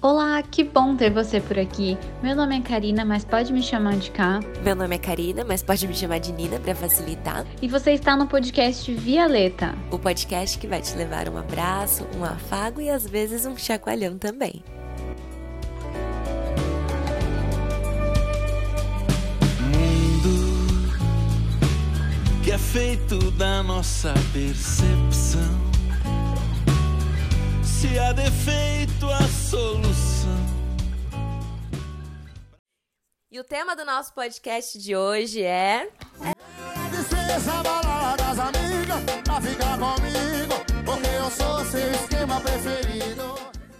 Olá, que bom ter você por aqui. Meu nome é Karina, mas pode me chamar de Ká. Meu nome é Karina, mas pode me chamar de Nina para facilitar. E você está no podcast Violeta, O podcast que vai te levar um abraço, um afago e às vezes um chacoalhão também. Mundo que é feito da nossa percepção. Se há defeito, a solução. E o tema do nosso podcast de hoje é... Licença, balada das amigas, pra ficar comigo, porque eu sou seu esquema preferido.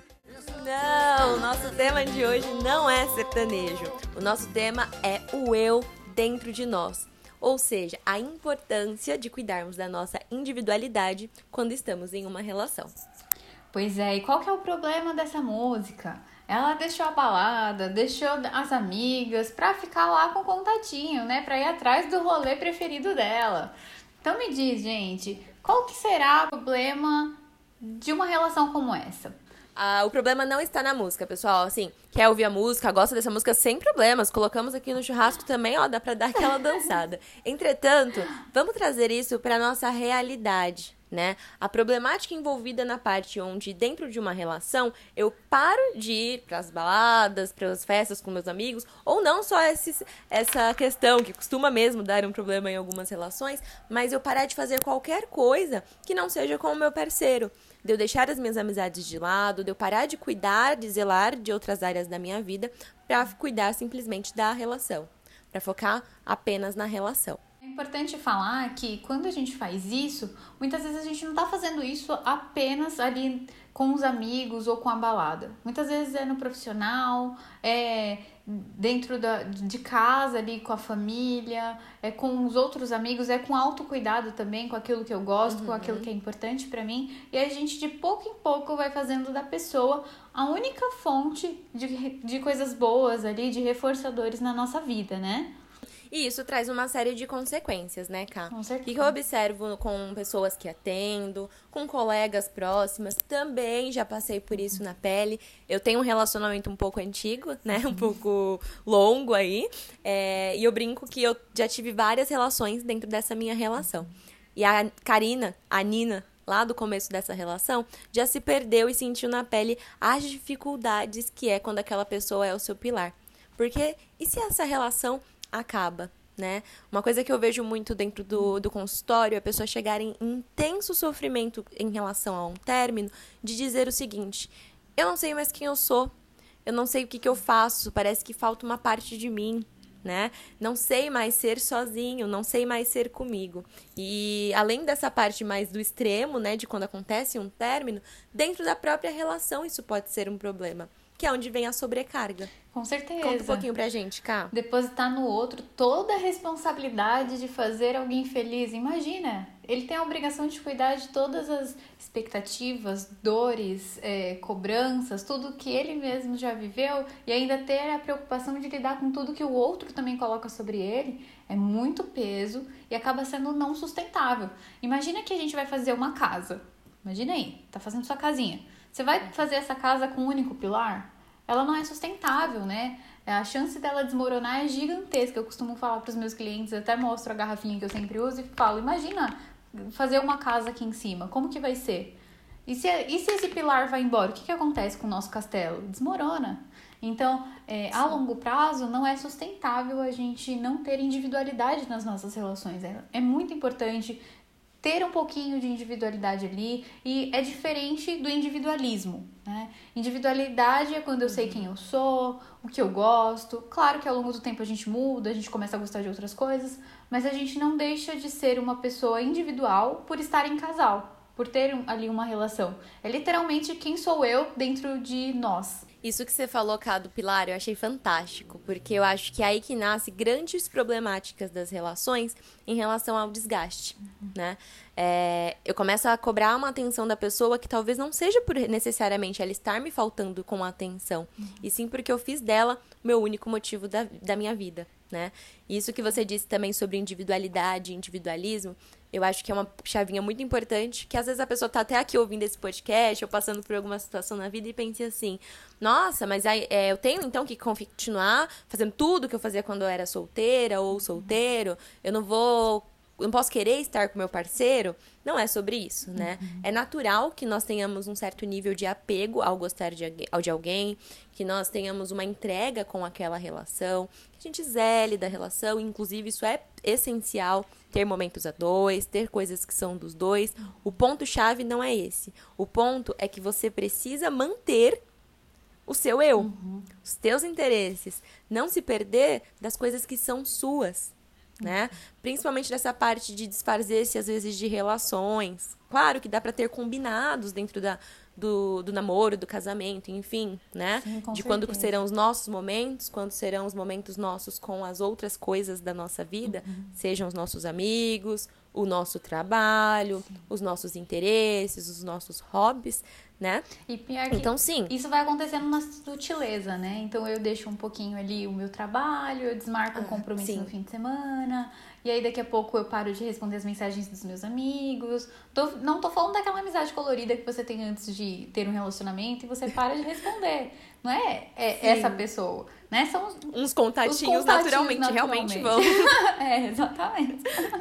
Não, o nosso tema de hoje não é sertanejo. O nosso tema é o eu dentro de nós. Ou seja, a importância de cuidarmos da nossa individualidade quando estamos em uma relação. Pois é, e qual que é o problema dessa música? Ela deixou a balada, deixou as amigas pra ficar lá com o contatinho, né? Pra ir atrás do rolê preferido dela. Então me diz, gente, qual que será o problema de uma relação como essa? O problema não está na música, pessoal. Assim, quer ouvir a música, gosta dessa música sem problemas. Colocamos aqui no churrasco também, ó, dá pra dar aquela dançada. Entretanto, vamos trazer isso pra nossa realidade, né? A problemática envolvida na parte onde, dentro de uma relação, eu paro de ir pras baladas, pras festas com meus amigos, ou não só essa questão que costuma mesmo dar um problema em algumas relações, mas eu parar de fazer qualquer coisa que não seja com o meu parceiro. De eu deixar as minhas amizades de lado, de eu parar de cuidar, de zelar de outras áreas da minha vida para cuidar simplesmente da relação, para focar apenas na relação. É importante falar que quando a gente faz isso, muitas vezes a gente não tá fazendo isso apenas ali com os amigos ou com a balada. Muitas vezes é no profissional, é dentro de casa ali com a família, é com os outros amigos, é com autocuidado também, com aquilo que eu gosto, com aquilo que é importante pra mim. E a gente de pouco em pouco vai fazendo da pessoa a única fonte de coisas boas ali, de reforçadores na nossa vida, né? E isso traz uma série de consequências, né, Ká? Com certeza. O que eu observo com pessoas que atendo, com colegas próximas, também já passei por isso na pele. Eu tenho um relacionamento um pouco antigo, né, um pouco longo aí, e eu brinco que eu já tive várias relações dentro dessa minha relação. E a Karina, a Nina, lá do começo dessa relação, já se perdeu e sentiu na pele as dificuldades que é quando aquela pessoa é o seu pilar. Porque, e se essa relação acaba, né? Uma coisa que eu vejo muito dentro do consultório é a pessoa chegar em intenso sofrimento em relação a um término, de dizer o seguinte: eu não sei mais quem eu sou, eu não sei o que eu faço, parece que falta uma parte de mim, né? Não sei mais ser sozinho, não sei mais ser comigo. E além dessa parte mais do extremo, né, de quando acontece um término, dentro da própria relação isso pode ser um problema, que é onde vem a sobrecarga. Com certeza. Conta um pouquinho pra gente, Ká. Depositar no outro toda a responsabilidade de fazer alguém feliz. Imagina, ele tem a obrigação de cuidar de todas as expectativas, dores, cobranças, tudo que ele mesmo já viveu e ainda ter a preocupação de lidar com tudo que o outro também coloca sobre ele. É muito peso e acaba sendo não sustentável. Imagina que a gente vai fazer uma casa. Imagina aí, tá fazendo sua casinha. Você vai fazer essa casa com um único pilar? Ela não é sustentável, né? A chance dela desmoronar é gigantesca. Eu costumo falar para os meus clientes, até mostro a garrafinha que eu sempre uso e falo: imagina fazer uma casa aqui em cima, como que vai ser? E se esse pilar vai embora, o que acontece com o nosso castelo? Desmorona. Então, a longo prazo, não é sustentável a gente não ter individualidade nas nossas relações. É muito importante ter um pouquinho de individualidade ali, e é diferente do individualismo, né? Individualidade é quando eu sei quem eu sou, o que eu gosto. Claro que ao longo do tempo a gente muda, a gente começa a gostar de outras coisas, mas a gente não deixa de ser uma pessoa individual por estar em casal, por ter ali uma relação. É literalmente quem sou eu dentro de nós. Isso que você falou, Ká, do pilar, eu achei fantástico, porque eu acho que é aí que nasce grandes problemáticas das relações em relação ao desgaste, né? Eu começo a cobrar uma atenção da pessoa que talvez não seja por necessariamente ela estar me faltando com atenção, e sim porque eu fiz dela meu único motivo da minha vida, né? Isso que você disse também sobre individualidade e individualismo, eu acho que é uma chavinha muito importante, que às vezes a pessoa tá até aqui ouvindo esse podcast, ou passando por alguma situação na vida e pensa assim: nossa, nossa, mas aí, eu tenho então que continuar fazendo tudo que eu fazia quando eu era solteira ou solteiro, eu não posso querer estar com meu parceiro. Não é sobre isso, né? É natural que nós tenhamos um certo nível de apego ao gostar de alguém, que nós tenhamos uma entrega com aquela relação, que a gente zele da relação, inclusive isso é essencial, ter momentos a dois, ter coisas que são dos dois. O ponto-chave não é esse. O ponto é que você precisa manter o seu eu, os teus interesses, não se perder das coisas que são suas. Né? Principalmente dessa parte de desfazer-se às vezes de relações. Claro que dá pra ter combinados dentro do namoro, do casamento, enfim, né? Sim, com de quando certeza. serão os nossos momentos, quando serão os momentos nossos com as outras coisas da nossa vida, sejam os nossos amigos, o nosso trabalho, os nossos interesses, os nossos hobbies, né? E pior que Então, sim. isso vai acontecendo na sutileza, né? Então eu deixo um pouquinho ali o meu trabalho, eu desmarco um compromisso sim. no fim de semana, e aí daqui a pouco eu paro de responder as mensagens dos meus amigos. Não tô falando daquela amizade colorida que você tem antes de ter um relacionamento e você para de responder. Não é essa pessoa, né? São Uns contatinhos naturalmente, realmente vão. Exatamente.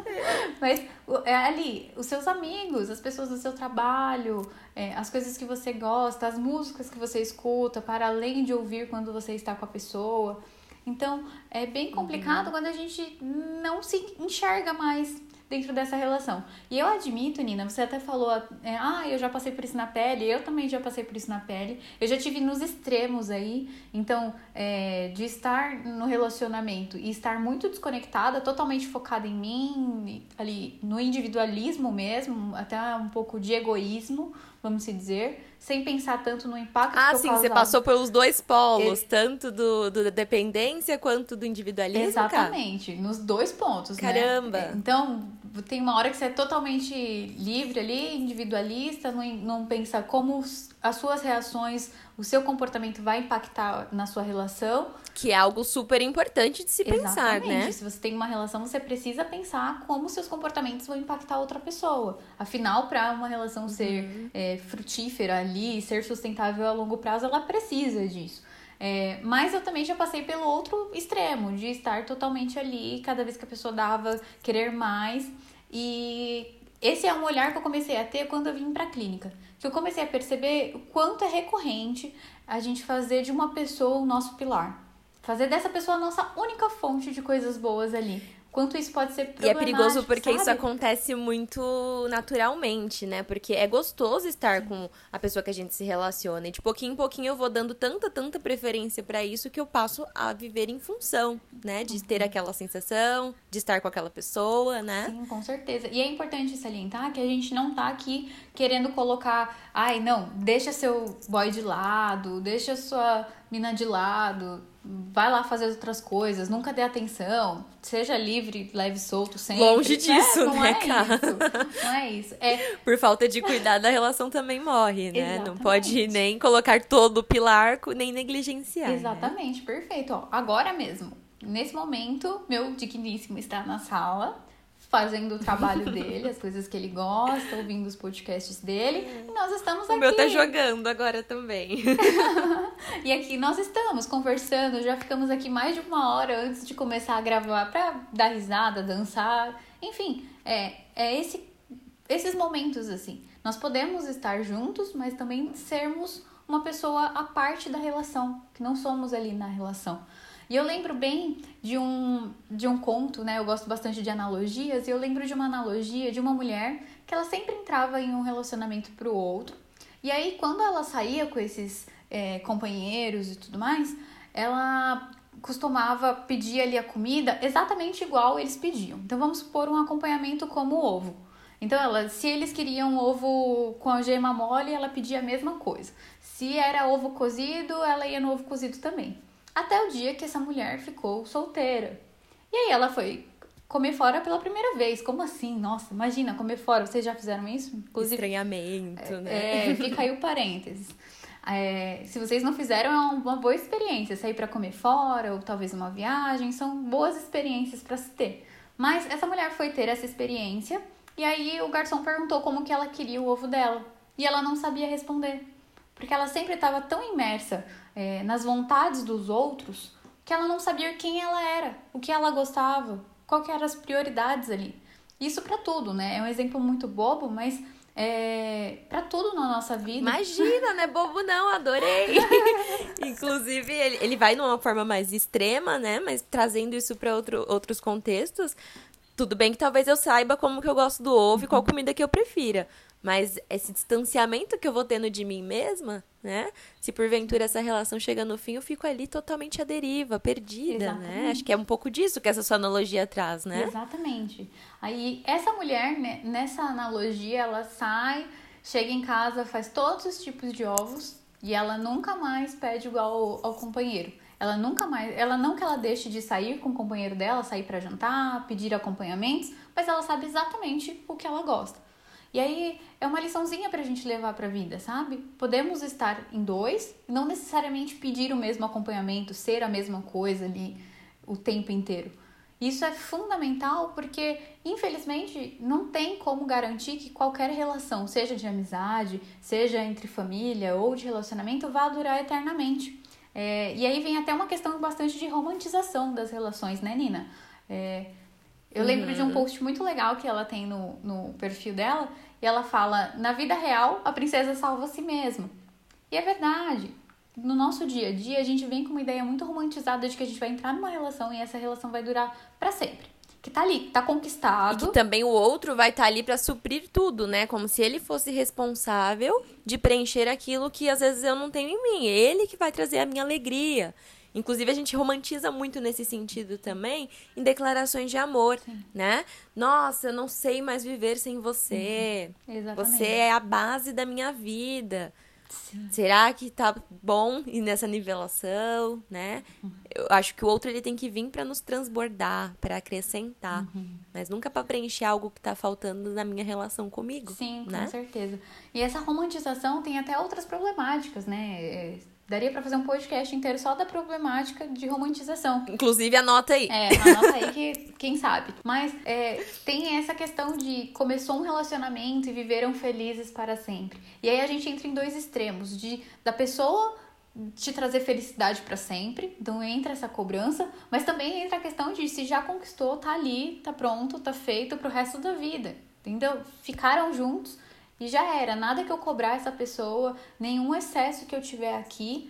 Mas é ali, os seus amigos, as pessoas do seu trabalho, as coisas que você gosta, as músicas que você escuta, para além de ouvir quando você está com a pessoa. Então, é bem complicado quando a gente não se enxerga mais dentro dessa relação. E eu admito, Nina, você até falou, eu já passei por isso na pele, eu também já passei por isso na pele, eu já tive nos extremos aí, então, de estar no relacionamento e estar muito desconectada, totalmente focada em mim, ali no individualismo mesmo, até um pouco de egoísmo, vamos se dizer, sem pensar tanto no impacto que eu sim, causava. você passou pelos dois polos, tanto da dependência quanto do individualismo, Exatamente, nos dois pontos, Caramba. né? Então, tem uma hora que você é totalmente livre ali, individualista, não pensa como as suas reações, o seu comportamento vai impactar na sua relação. Que é algo super importante de se pensar, Exatamente. né? Se você tem uma relação, você precisa pensar como seus comportamentos vão impactar outra pessoa. Afinal, para uma relação ser frutífera ali, ser sustentável a longo prazo, ela precisa disso. Mas eu também já passei pelo outro extremo, de estar totalmente ali, cada vez que a pessoa dava, querer mais. E esse é um olhar que eu comecei a ter quando eu vim pra clínica. Que eu comecei a perceber o quanto é recorrente a gente fazer de uma pessoa o nosso pilar. Fazer dessa pessoa a nossa única fonte de coisas boas ali. Quanto isso pode ser problemático, E é perigoso porque sabe? isso acontece muito naturalmente, né? Porque é gostoso estar com a pessoa que a gente se relaciona. E de pouquinho em pouquinho eu vou dando tanta preferência pra isso que eu passo a viver em função, né? De ter aquela sensação, de estar com aquela pessoa, né? Sim, com certeza. E é importante salientar que a gente não tá aqui querendo colocar... não, deixa seu boy de lado, deixa sua mina de lado... Vai lá fazer outras coisas, nunca dê atenção, seja livre, leve, solto, sempre. Longe disso, não né, é cara? Isso, não é isso. Por falta de cuidar da relação também morre, né? Exatamente. Não pode nem colocar todo o pilar, nem negligenciar. Exatamente, né? perfeito. Ó, agora mesmo, nesse momento, meu digníssimo está na sala, fazendo o trabalho dele, as coisas que ele gosta, ouvindo os podcasts dele, e nós estamos aqui. O meu tá jogando agora também. E aqui nós estamos conversando, já ficamos aqui mais de 1 hora antes de começar a gravar pra dar risada, dançar, enfim, esses momentos assim. Nós podemos estar juntos, mas também sermos uma pessoa à parte da relação, que não somos ali na relação. E eu lembro bem de um conto, né? Eu gosto bastante de analogias, e eu lembro de uma analogia de uma mulher que ela sempre entrava em um relacionamento pro outro. E aí, quando ela saía com esses companheiros e tudo mais, ela costumava pedir ali a comida exatamente igual eles pediam. Então, vamos supor um acompanhamento como o ovo. Então, se eles queriam ovo com a gema mole, ela pedia a mesma coisa. Se era ovo cozido, ela ia no ovo cozido também. Até o dia que essa mulher ficou solteira. E aí ela foi comer fora pela primeira vez. Como assim? Nossa, imagina, comer fora. Vocês já fizeram isso? Inclusive, estranhamento, né? Fica aí o parênteses. Se vocês não fizeram, é uma boa experiência. Sair pra comer fora, ou talvez uma viagem. São boas experiências pra se ter. Mas essa mulher foi ter essa experiência. E aí o garçom perguntou como que ela queria o ovo dela. E ela não sabia responder. Porque ela sempre estava tão imersa nas vontades dos outros que ela não sabia quem ela era, o que ela gostava, qual que eram as prioridades ali. Isso para tudo, né? É um exemplo muito bobo, mas para tudo na nossa vida. Imagina, não é bobo não, adorei. Inclusive, ele vai numa forma mais extrema, né? Mas trazendo isso para outros contextos, tudo bem que talvez eu saiba como que eu gosto do ovo e qual comida que eu prefira. Mas esse distanciamento que eu vou tendo de mim mesma, né? Se porventura essa relação chega no fim, eu fico ali totalmente à deriva, perdida, Exatamente. né? Acho que é um pouco disso que essa sua analogia traz, né? Exatamente. Aí, essa mulher, né, nessa analogia, ela sai, chega em casa, faz todos os tipos de ovos e ela nunca mais pede igual ao companheiro. Ela nunca mais, não que ela deixe de sair com o companheiro dela, sair para jantar, pedir acompanhamentos, mas ela sabe exatamente o que ela gosta. E aí, é uma liçãozinha pra gente levar pra vida, sabe? Podemos estar em dois, não necessariamente pedir o mesmo acompanhamento, ser a mesma coisa ali o tempo inteiro. Isso é fundamental porque, infelizmente, não tem como garantir que qualquer relação, seja de amizade, seja entre família ou de relacionamento, vá durar eternamente. E aí vem até uma questão bastante de romantização das relações, né, Nina? Eu lembro de um post muito legal que ela tem no perfil dela, e ela fala, na vida real, a princesa salva a si mesma. E é verdade. No nosso dia a dia, a gente vem com uma ideia muito romantizada de que a gente vai entrar numa relação e essa relação vai durar pra sempre. Que tá ali, tá conquistado. E que também o outro vai estar ali pra suprir tudo, né? Como se ele fosse responsável de preencher aquilo que às vezes eu não tenho em mim. Ele que vai trazer a minha alegria. Inclusive, a gente romantiza muito nesse sentido também em declarações de amor, né? Nossa, eu não sei mais viver sem você. Exatamente. Você é a base da minha vida. Sim. Será que tá bom ir nessa nivelação, né? Eu acho que o outro ele tem que vir para nos transbordar, para acrescentar, mas nunca para preencher algo que tá faltando na minha relação comigo. Sim, né? Com certeza. E essa romantização tem até outras problemáticas, né? Daria pra fazer um podcast inteiro só da problemática de romantização. Inclusive, anota aí. Anota aí que quem sabe. Mas tem essa questão de começou um relacionamento e viveram felizes para sempre. E aí a gente entra em dois extremos, da pessoa te trazer felicidade para sempre, então entra essa cobrança, mas também entra a questão de se já conquistou, tá ali, tá pronto, tá feito pro resto da vida, entendeu? Ficaram juntos e já era, nada que eu cobrar essa pessoa, nenhum excesso que eu tiver aqui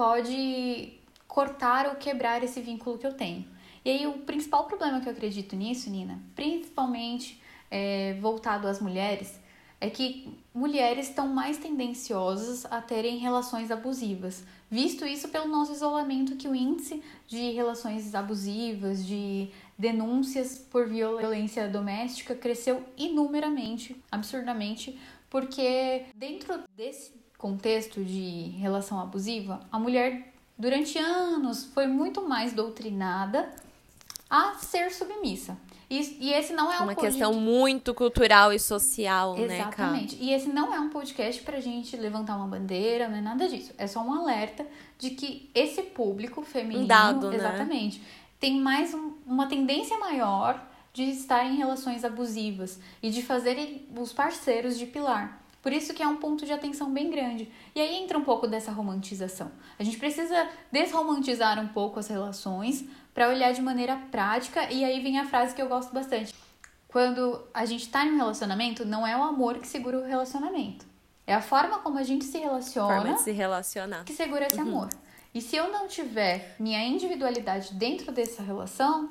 pode cortar ou quebrar esse vínculo que eu tenho. E aí o principal problema que eu acredito nisso, Nina, principalmente voltado às mulheres, é que mulheres estão mais tendenciosas a terem relações abusivas. Visto isso pelo nosso isolamento, que o índice de relações abusivas, de denúncias por violência doméstica cresceu inumeramente, absurdamente, porque dentro desse contexto de relação abusiva, a mulher durante anos foi muito mais doutrinada a ser submissa. E esse não é uma questão muito cultural e social, né, Ká? Exatamente. E esse não é um podcast pra gente levantar uma bandeira, não é nada disso. É só um alerta de que esse público feminino, dado, exatamente, tem mais uma tendência maior de estar em relações abusivas e de fazerem os parceiros de pilar. Por isso que é um ponto de atenção bem grande. E aí entra um pouco dessa romantização. A gente precisa desromantizar um pouco as relações para olhar de maneira prática. E aí vem a frase que eu gosto bastante. Quando a gente tá em um relacionamento, não é o amor que segura o relacionamento. É a forma como a gente se relaciona, forma de se relacionar, que segura esse amor. E se eu não tiver minha individualidade dentro dessa relação,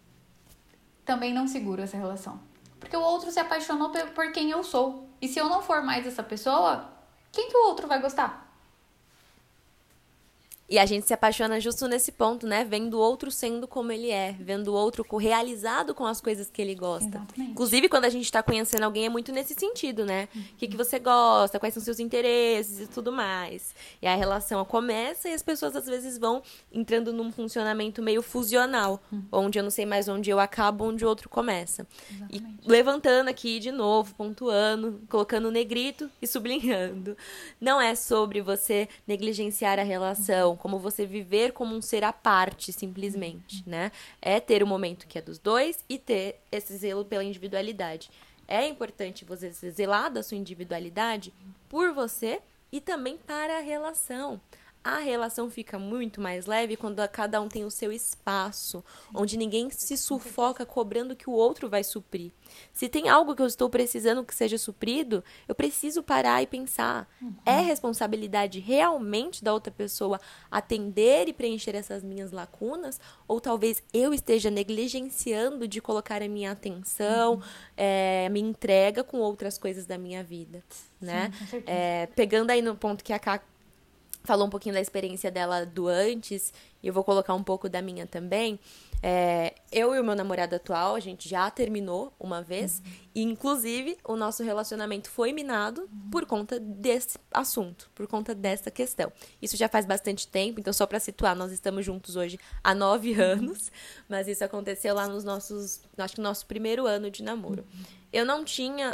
também não seguro essa relação. Porque o outro se apaixonou por quem eu sou. E se eu não for mais essa pessoa, quem que o outro vai gostar? E a gente se apaixona justo nesse ponto, né? Vendo o outro sendo como ele é. Vendo o outro realizado com as coisas que ele gosta. Exatamente. Inclusive, quando a gente tá conhecendo alguém, é muito nesse sentido, né? O que você gosta, quais são seus interesses e tudo mais. E a relação começa e as pessoas, às vezes, vão entrando num funcionamento meio fusional. Onde eu não sei mais onde eu acabo, onde o outro começa. Exatamente. E levantando aqui de novo, pontuando, colocando negrito e sublinhando. Não é sobre você negligenciar a relação, como você viver como um ser à parte, simplesmente, né? É ter o momento que é dos dois e ter esse zelo pela individualidade. É importante você zelar da sua individualidade por você, e também para a relação. A relação fica muito mais leve quando cada um tem o seu espaço, onde ninguém se sufoca cobrando que o outro vai suprir. Se tem algo que eu estou precisando que seja suprido, eu preciso parar e pensar. É responsabilidade realmente da outra pessoa atender e preencher essas minhas lacunas? Ou talvez eu esteja negligenciando de colocar a minha atenção, a minha entrega com outras coisas da minha vida, né? Sim, com certeza. Pegando aí no ponto que a Ká falou um pouquinho da experiência dela do antes, e eu vou colocar um pouco da minha também. Eu e o meu namorado atual, a gente já terminou uma vez, e inclusive o nosso relacionamento foi minado por conta desse assunto, por conta dessa questão. Isso já faz bastante tempo, então só para situar, nós estamos juntos hoje há 9 anos, mas isso aconteceu lá nos nossos, acho que no nosso primeiro ano de namoro. Eu não tinha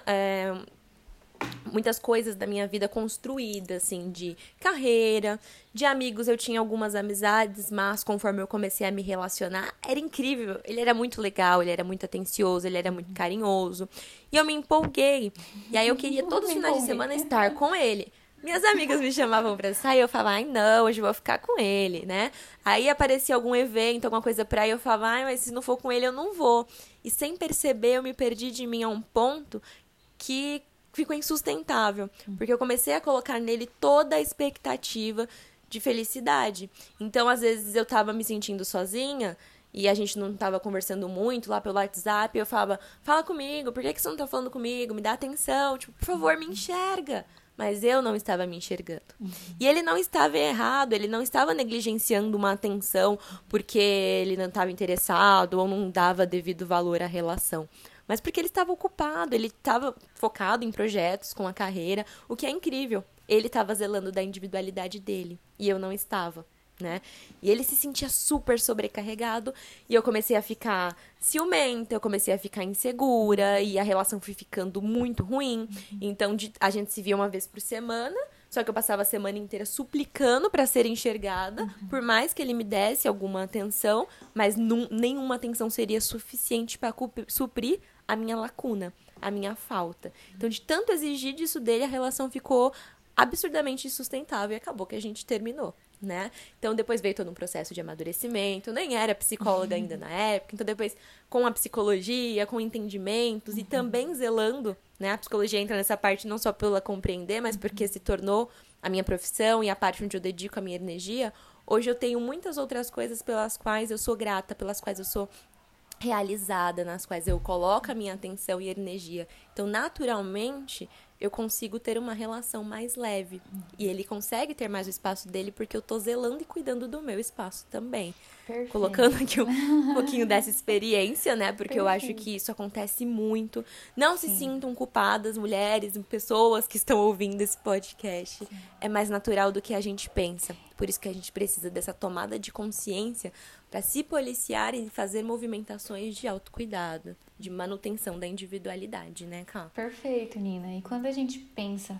muitas coisas da minha vida construídas, assim, de carreira, de amigos. Eu tinha algumas amizades, mas conforme eu comecei a me relacionar, era incrível. Ele era muito legal, ele era muito atencioso, ele era muito carinhoso. E eu me empolguei. E aí eu queria todos os finais de semana estar com ele. Minhas amigas me chamavam pra sair, eu falava, ai não, hoje eu vou ficar com ele, né? Aí aparecia algum evento, alguma coisa pra ir, eu falava, ai, mas se não for com ele, eu não vou. E sem perceber, eu me perdi de mim a um ponto que ficou insustentável, porque eu comecei a colocar nele toda a expectativa de felicidade. Então, às vezes, eu tava me sentindo sozinha e a gente não tava conversando muito lá pelo WhatsApp, eu falava, fala comigo, por que você não tá falando comigo? Me dá atenção, tipo, por favor, me enxerga. Mas eu não estava me enxergando. E ele não estava errado, ele não estava negligenciando uma atenção porque ele não estava interessado ou não dava devido valor à relação. Mas porque ele estava ocupado, ele estava focado em projetos com a carreira, o que é incrível. Ele estava zelando da individualidade dele e eu não estava, né? E ele se sentia super sobrecarregado e eu comecei a ficar ciumenta, eu comecei a ficar insegura e a relação foi ficando muito ruim. Então a gente se via uma vez por semana, só que eu passava a semana inteira suplicando para ser enxergada, por mais que ele me desse alguma atenção, mas nenhuma atenção seria suficiente para suprir a minha lacuna, a minha falta. Então, de tanto exigir disso dele, a relação ficou absurdamente insustentável e acabou que a gente terminou, né? Então, depois veio todo um processo de amadurecimento, nem era psicóloga ainda na época, então depois com a psicologia, com entendimentos e também zelando, né? A psicologia entra nessa parte não só pela compreender, mas porque se tornou a minha profissão e a parte onde eu dedico a minha energia. Hoje eu tenho muitas outras coisas pelas quais eu sou grata, pelas quais eu sou realizada, nas quais eu coloco a minha atenção e energia. Então, naturalmente, eu consigo ter uma relação mais leve. E ele consegue ter mais o espaço dele porque eu tô zelando e cuidando do meu espaço também. Perfeito. Colocando aqui um pouquinho dessa experiência, né? Porque Perfeito. eu acho que isso acontece muito. Não se sintam culpadas, mulheres, pessoas que estão ouvindo esse podcast. Sim. É mais natural do que a gente pensa. Por isso que a gente precisa dessa tomada de consciência para se policiar e fazer movimentações de autocuidado, de manutenção da individualidade, né, Ká? Perfeito, Nina. E quando a gente pensa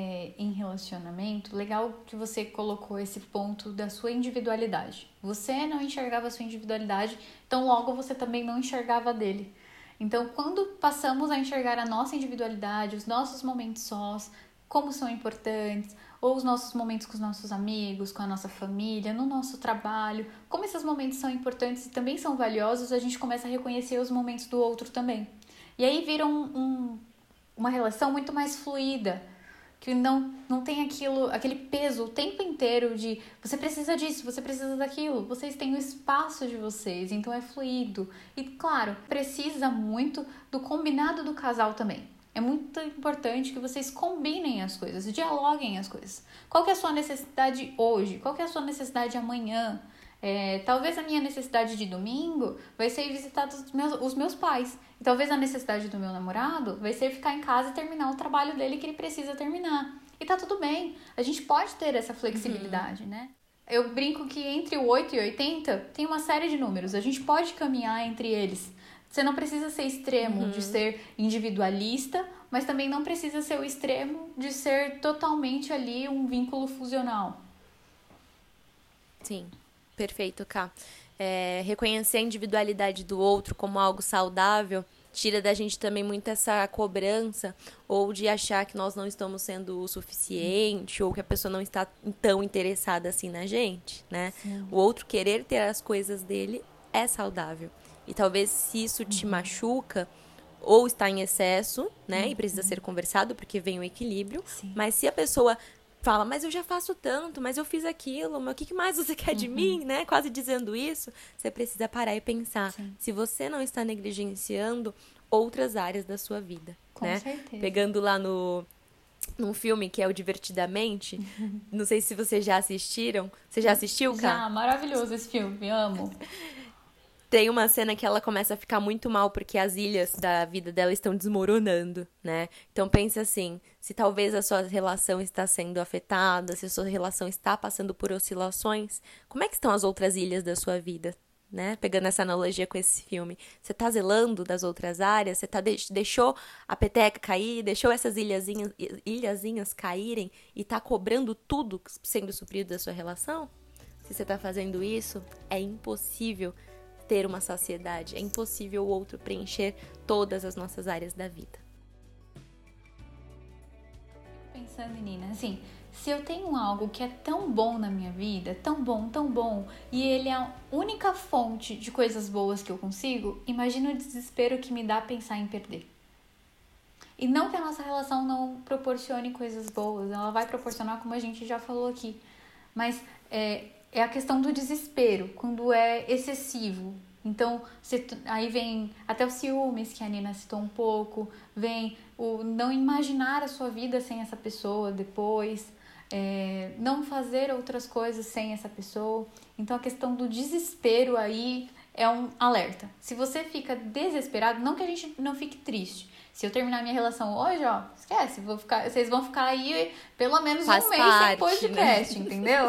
em relacionamento, legal que você colocou esse ponto da sua individualidade. Você não enxergava a sua individualidade, então logo você também não enxergava a dele. Então, quando passamos a enxergar a nossa individualidade, os nossos momentos sós, como são importantes, ou os nossos momentos com os nossos amigos, com a nossa família, no nosso trabalho, como esses momentos são importantes e também são valiosos, a gente começa a reconhecer os momentos do outro também. E aí vira uma relação muito mais fluida, que não tem aquele peso o tempo inteiro de você precisa disso, você precisa daquilo, vocês têm o espaço de vocês, então é fluido. E claro, precisa muito do combinado do casal também. É muito importante que vocês combinem as coisas, dialoguem as coisas. Qual que é a sua necessidade hoje? Qual que é a sua necessidade amanhã? Talvez a minha necessidade de domingo vai ser visitar os meus pais. E talvez a necessidade do meu namorado vai ser ficar em casa e terminar o trabalho dele que ele precisa terminar. E tá tudo bem. A gente pode ter essa flexibilidade, né? Eu brinco que entre o 8 e 80 tem uma série de números. A gente pode caminhar entre eles. Você não precisa ser extremo de ser individualista, mas também não precisa ser o extremo de ser totalmente ali um vínculo fusional. Sim, perfeito, Ká. Reconhecer a individualidade do outro como algo saudável tira da gente também muito essa cobrança ou de achar que nós não estamos sendo o suficiente ou que a pessoa não está tão interessada assim na gente, né? Sim. O outro querer ter as coisas dele é saudável. E talvez se isso te machuca ou está em excesso, né? E precisa ser conversado porque vem o equilíbrio. Sim. Mas se a pessoa fala, mas eu já faço tanto, mas eu fiz aquilo, mas o que mais você quer de mim, né? Quase dizendo isso, você precisa parar e pensar se você não está negligenciando outras áreas da sua vida, Com né? certeza. Pegando lá num filme que é o Divertidamente, não sei se vocês já assistiram. Você já assistiu, Ká? Já, maravilhoso esse filme, amo. Tem uma cena que ela começa a ficar muito mal porque as ilhas da vida dela estão desmoronando, né? Então pense assim, se talvez a sua relação está sendo afetada, se a sua relação está passando por oscilações, como é que estão as outras ilhas da sua vida, né? Pegando essa analogia com esse filme. Você tá zelando das outras áreas? Você tá deixou a peteca cair? Deixou essas ilhazinhas caírem e tá cobrando tudo sendo suprido da sua relação? Se você tá fazendo isso, é impossível ter uma saciedade. É impossível o outro preencher todas as nossas áreas da vida. Pensando, Nina, assim, se eu tenho algo que é tão bom na minha vida, tão bom, e ele é a única fonte de coisas boas que eu consigo, imagina o desespero que me dá pensar em perder. E não que a nossa relação não proporcione coisas boas, ela vai proporcionar, como a gente já falou aqui, mas é a questão do desespero, quando é excessivo. Então, aí vem até os ciúmes, que a Nina citou um pouco, vem o não imaginar a sua vida sem essa pessoa depois, não fazer outras coisas sem essa pessoa. Então, a questão do desespero aí é um alerta. Se você fica desesperado, não que a gente não fique triste. Se eu terminar minha relação hoje, ó, esquece, vocês vão ficar aí pelo menos Faz um mês parte, sem podcast, né? Entendeu?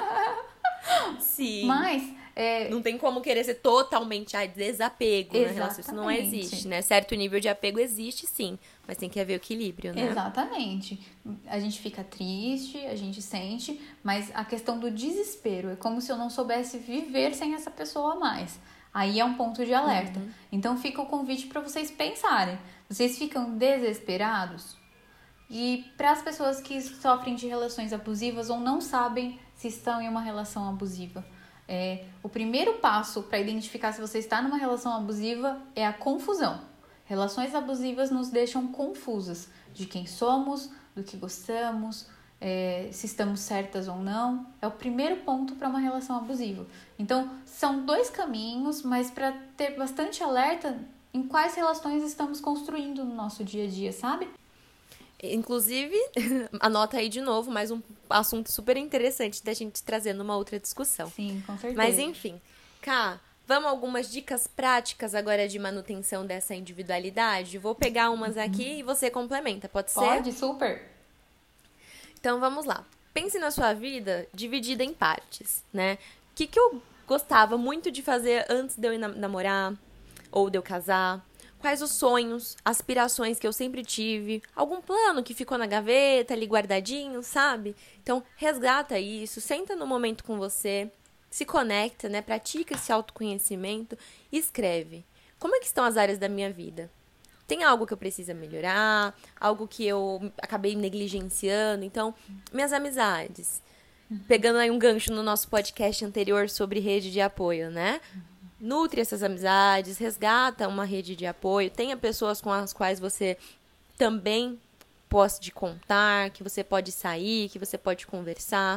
Sim. Mas não tem como querer ser totalmente desapego na relação. Isso não Exatamente. existe, né? Certo nível de apego existe, sim. Mas tem que haver equilíbrio, né? Exatamente. A gente fica triste, a gente sente, mas a questão do desespero é como se eu não soubesse viver sem essa pessoa mais. Aí é um ponto de alerta. Então fica o convite para vocês pensarem. Vocês ficam desesperados? E para as pessoas que sofrem de relações abusivas ou não sabem se estão em uma relação abusiva, o primeiro passo para identificar se você está numa relação abusiva é a confusão. Relações abusivas nos deixam confusas de quem somos, do que gostamos, se estamos certas ou não. É o primeiro ponto para uma relação abusiva. Então, são 2 caminhos, mas para ter bastante alerta em quais relações estamos construindo no nosso dia a dia, sabe? Inclusive, anota aí de novo mais um assunto super interessante da gente trazer numa outra discussão. Sim, com certeza. Mas enfim, Ká, vamos algumas dicas práticas agora de manutenção dessa individualidade? Vou pegar umas aqui e você complementa, pode ser? Pode, super. Então vamos lá. Pense na sua vida dividida em partes, né? O que eu gostava muito de fazer antes de eu namorar ou de eu casar? Quais os sonhos, aspirações que eu sempre tive? Algum plano que ficou na gaveta, ali guardadinho, sabe? Então, resgata isso, senta no momento com você, se conecta, né? Pratica esse autoconhecimento e escreve. Como é que estão as áreas da minha vida? Tem algo que eu preciso melhorar? Algo que eu acabei negligenciando? Então, minhas amizades. Pegando aí um gancho no nosso podcast anterior sobre rede de apoio, né? Nutre essas amizades, resgata uma rede de apoio, tenha pessoas com as quais você também pode contar, que você pode sair, que você pode conversar,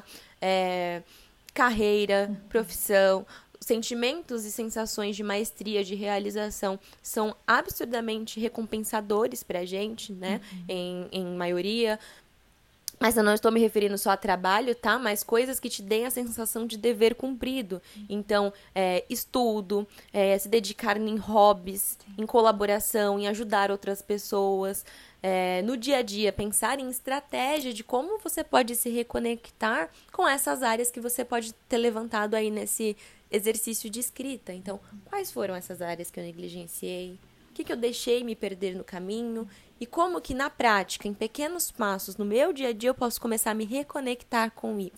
carreira, profissão, sentimentos e sensações de maestria, de realização são absurdamente recompensadores pra gente, né, em maioria. Mas eu não estou me referindo só a trabalho, tá? Mas coisas que te deem a sensação de dever cumprido. Então, estudo, se dedicar em hobbies, em colaboração, em ajudar outras pessoas. No dia a dia, pensar em estratégia de como você pode se reconectar com essas áreas que você pode ter levantado aí nesse exercício de escrita. Então, quais foram essas áreas que eu negligenciei? O que eu deixei me perder no caminho? E como que na prática, em pequenos passos, no meu dia a dia, eu posso começar a me reconectar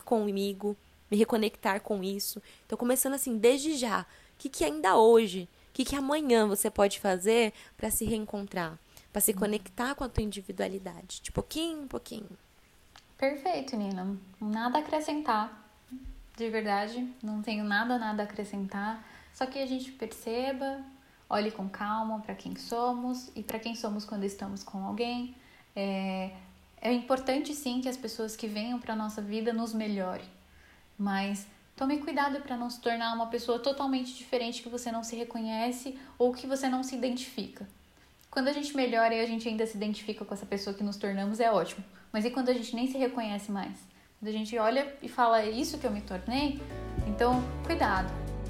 comigo, me reconectar com isso. Então, começando assim, desde já. O que ainda hoje, que amanhã você pode fazer para se reencontrar, para se conectar com a tua individualidade, de pouquinho em pouquinho. Perfeito, Nina. Nada a acrescentar. De verdade, não tenho nada a acrescentar. Só que a gente perceba, olhe com calma para quem somos e para quem somos quando estamos com alguém. É importante, sim, que as pessoas que venham para a nossa vida nos melhorem. Mas tome cuidado para não se tornar uma pessoa totalmente diferente que você não se reconhece ou que você não se identifica. Quando a gente melhora e a gente ainda se identifica com essa pessoa que nos tornamos, é ótimo. Mas e quando a gente nem se reconhece mais? Quando a gente olha e fala, é isso que eu me tornei? Então, cuidado.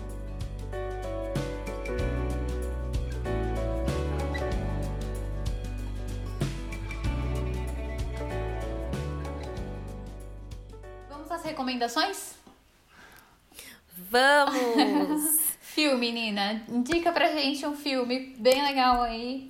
Vamos às recomendações? Vamos! Filme, Nina. Indica pra gente um filme bem legal aí.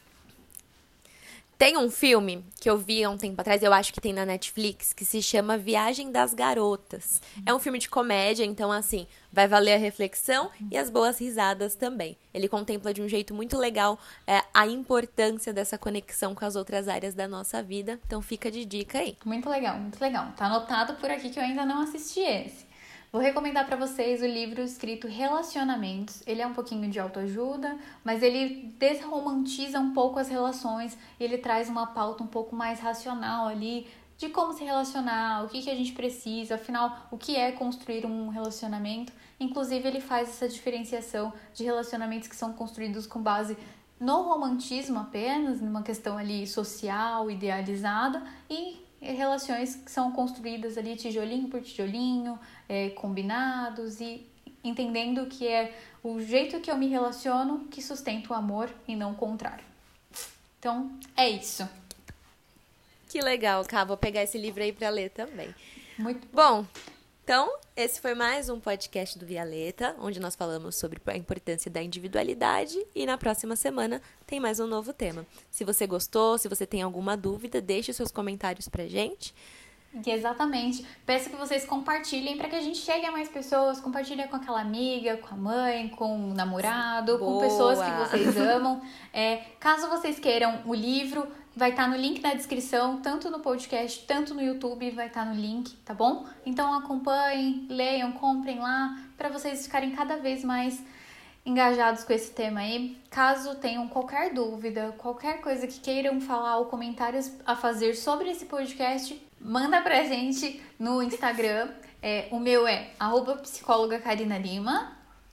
Tem um filme que eu vi há um tempo atrás, eu acho que tem na Netflix, que se chama Viagem das Garotas. É um filme de comédia, então, assim, vai valer a reflexão e as boas risadas também. Ele contempla de um jeito muito legal a importância dessa conexão com as outras áreas da nossa vida. Então, fica de dica aí. Muito legal, muito legal. Tá anotado por aqui que eu ainda não assisti esse. Vou recomendar para vocês o livro escrito Relacionamentos. Ele é um pouquinho de autoajuda, mas ele desromantiza um pouco as relações e ele traz uma pauta um pouco mais racional ali de como se relacionar, o que a gente precisa, afinal, o que é construir um relacionamento. Inclusive, ele faz essa diferenciação de relacionamentos que são construídos com base no romantismo apenas, numa questão ali social, idealizada, e relações que são construídas ali tijolinho por tijolinho, combinados e entendendo que é o jeito que eu me relaciono que sustenta o amor e não o contrário. Então, é isso. Que legal, Ká. Vou pegar esse livro aí pra ler também. Muito bom. Então, esse foi mais um podcast do Violeta, onde nós falamos sobre a importância da individualidade e na próxima semana tem mais um novo tema. Se você gostou, se você tem alguma dúvida, deixe seus comentários pra gente. Exatamente. Peço que vocês compartilhem para que a gente chegue a mais pessoas. Compartilhem com aquela amiga, com a mãe, com o namorado, Boa. Com pessoas que vocês amam. Caso vocês queiram o livro, vai estar no link na descrição, tanto no podcast, tanto no YouTube, vai estar no link, tá bom? Então acompanhem, leiam, comprem lá, para vocês ficarem cada vez mais engajados com esse tema aí. Caso tenham qualquer dúvida, qualquer coisa que queiram falar ou comentários a fazer sobre esse podcast, manda pra gente no Instagram. O meu é @psicóloga_Karina_Lima.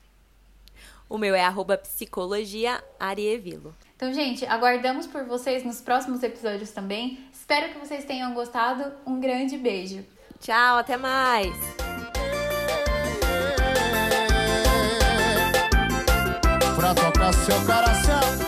O meu é @psicologia_Arievilo. Então, gente, aguardamos por vocês nos próximos episódios também. Espero que vocês tenham gostado. Um grande beijo. Tchau, até mais! Pra tocar seu coração.